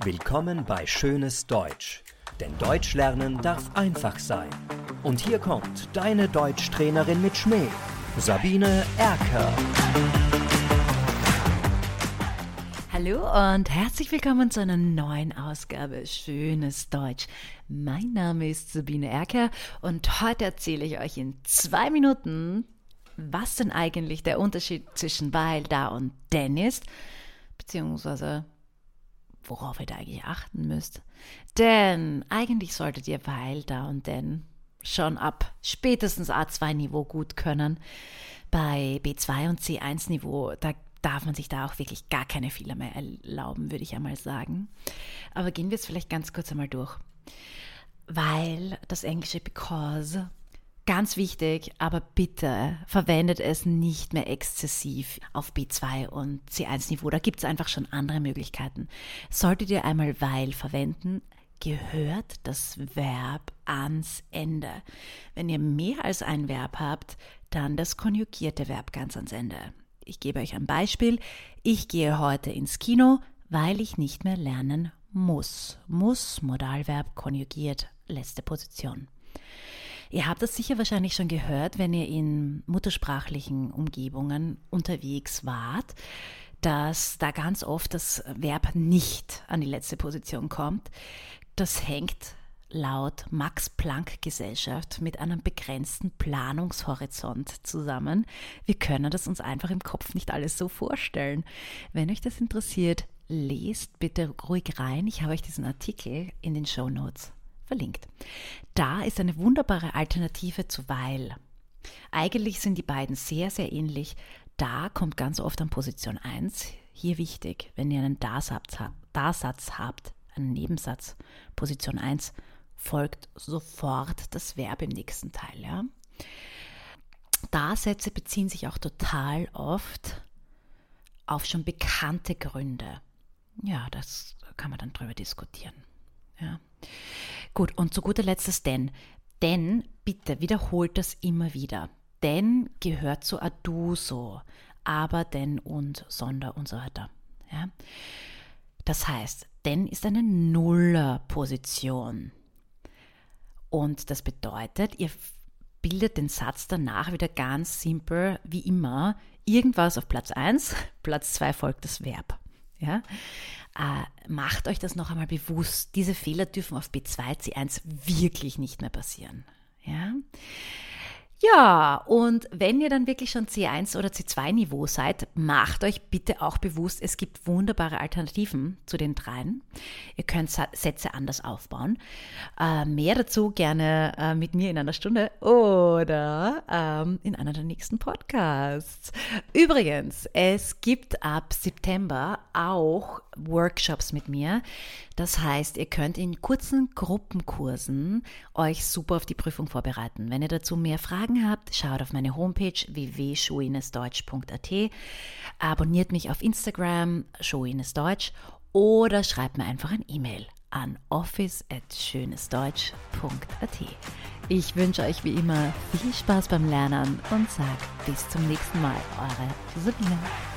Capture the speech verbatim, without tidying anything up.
Willkommen bei Schönes Deutsch, denn Deutsch lernen darf einfach sein. Und hier kommt deine Deutschtrainerin mit Schmäh, Sabine Erker. Hallo und herzlich willkommen zu einer neuen Ausgabe Schönes Deutsch. Mein Name ist Sabine Erker und heute erzähle ich euch in zwei Minuten, was denn eigentlich der Unterschied zwischen weil, da und denn ist, beziehungsweise worauf ihr da eigentlich achten müsst. Denn eigentlich solltet ihr weil, da und denn schon ab spätestens A zwei Niveau gut können. Bei B zwei und C eins Niveau, da darf man sich da auch wirklich gar keine Fehler mehr erlauben, würde ich einmal sagen. Aber gehen wir es vielleicht ganz kurz einmal durch. Weil das englische because, ganz wichtig, aber bitte verwendet es nicht mehr exzessiv auf B zwei und C eins Niveau. Da gibt es einfach schon andere Möglichkeiten. Solltet ihr einmal weil verwenden, gehört das Verb ans Ende. Wenn ihr mehr als ein Verb habt, dann das konjugierte Verb ganz ans Ende. Ich gebe euch ein Beispiel. Ich gehe heute ins Kino, weil ich nicht mehr lernen muss. Muss, Modalverb, konjugiert, letzte Position. Ihr habt das sicher wahrscheinlich schon gehört, wenn ihr in muttersprachlichen Umgebungen unterwegs wart, dass da ganz oft das Verb nicht an die letzte Position kommt. Das hängt laut Max-Planck-Gesellschaft mit einem begrenzten Planungshorizont zusammen. Wir können das uns einfach im Kopf nicht alles so vorstellen. Wenn euch das interessiert, lest bitte ruhig rein. Ich habe euch diesen Artikel in den Shownotes verlinkt. Da ist eine wunderbare Alternative zu weil. Eigentlich sind die beiden sehr, sehr ähnlich. Da kommt ganz oft an Position eins. Hier wichtig, wenn ihr einen Da-Satz habt, einen Nebensatz, Position eins, folgt sofort das Verb im nächsten Teil. Ja? Da-Sätze beziehen sich auch total oft auf schon bekannte Gründe. Ja, das kann man dann drüber diskutieren. Ja. Gut, und zu guter Letzt das denn. Denn, bitte wiederholt das immer wieder. Denn gehört zu aduso, aber, denn und, sonder und so weiter. Ja. Das heißt, denn ist eine Nullerposition. Und das bedeutet, ihr bildet den Satz danach wieder ganz simpel, wie immer, irgendwas auf Platz eins, Platz zwei folgt das Verb. Ja? Äh, macht euch das noch einmal bewusst. Diese Fehler dürfen auf B zwei, C eins wirklich nicht mehr passieren. Ja? Ja, und wenn ihr dann wirklich schon C eins oder C zwei Niveau seid, macht euch bitte auch bewusst, es gibt wunderbare Alternativen zu den dreien. Ihr könnt Sätze anders aufbauen. Äh, mehr dazu gerne äh, mit mir in einer Stunde oder ähm, in einer der nächsten Podcasts. Übrigens, es gibt ab September auch Workshops mit mir. Das heißt, ihr könnt in kurzen Gruppenkursen euch super auf die Prüfung vorbereiten. Wenn ihr dazu mehr Fragen habt, schaut auf meine Homepage w w w punkt schoinesdeutsch punkt a t, abonniert mich auf Instagram schoinesdeutsch oder schreibt mir einfach ein E-Mail an office at schönesdeutsch punkt a t. Ich wünsche euch wie immer viel Spaß beim Lernen und sage bis zum nächsten Mal, eure Sabine.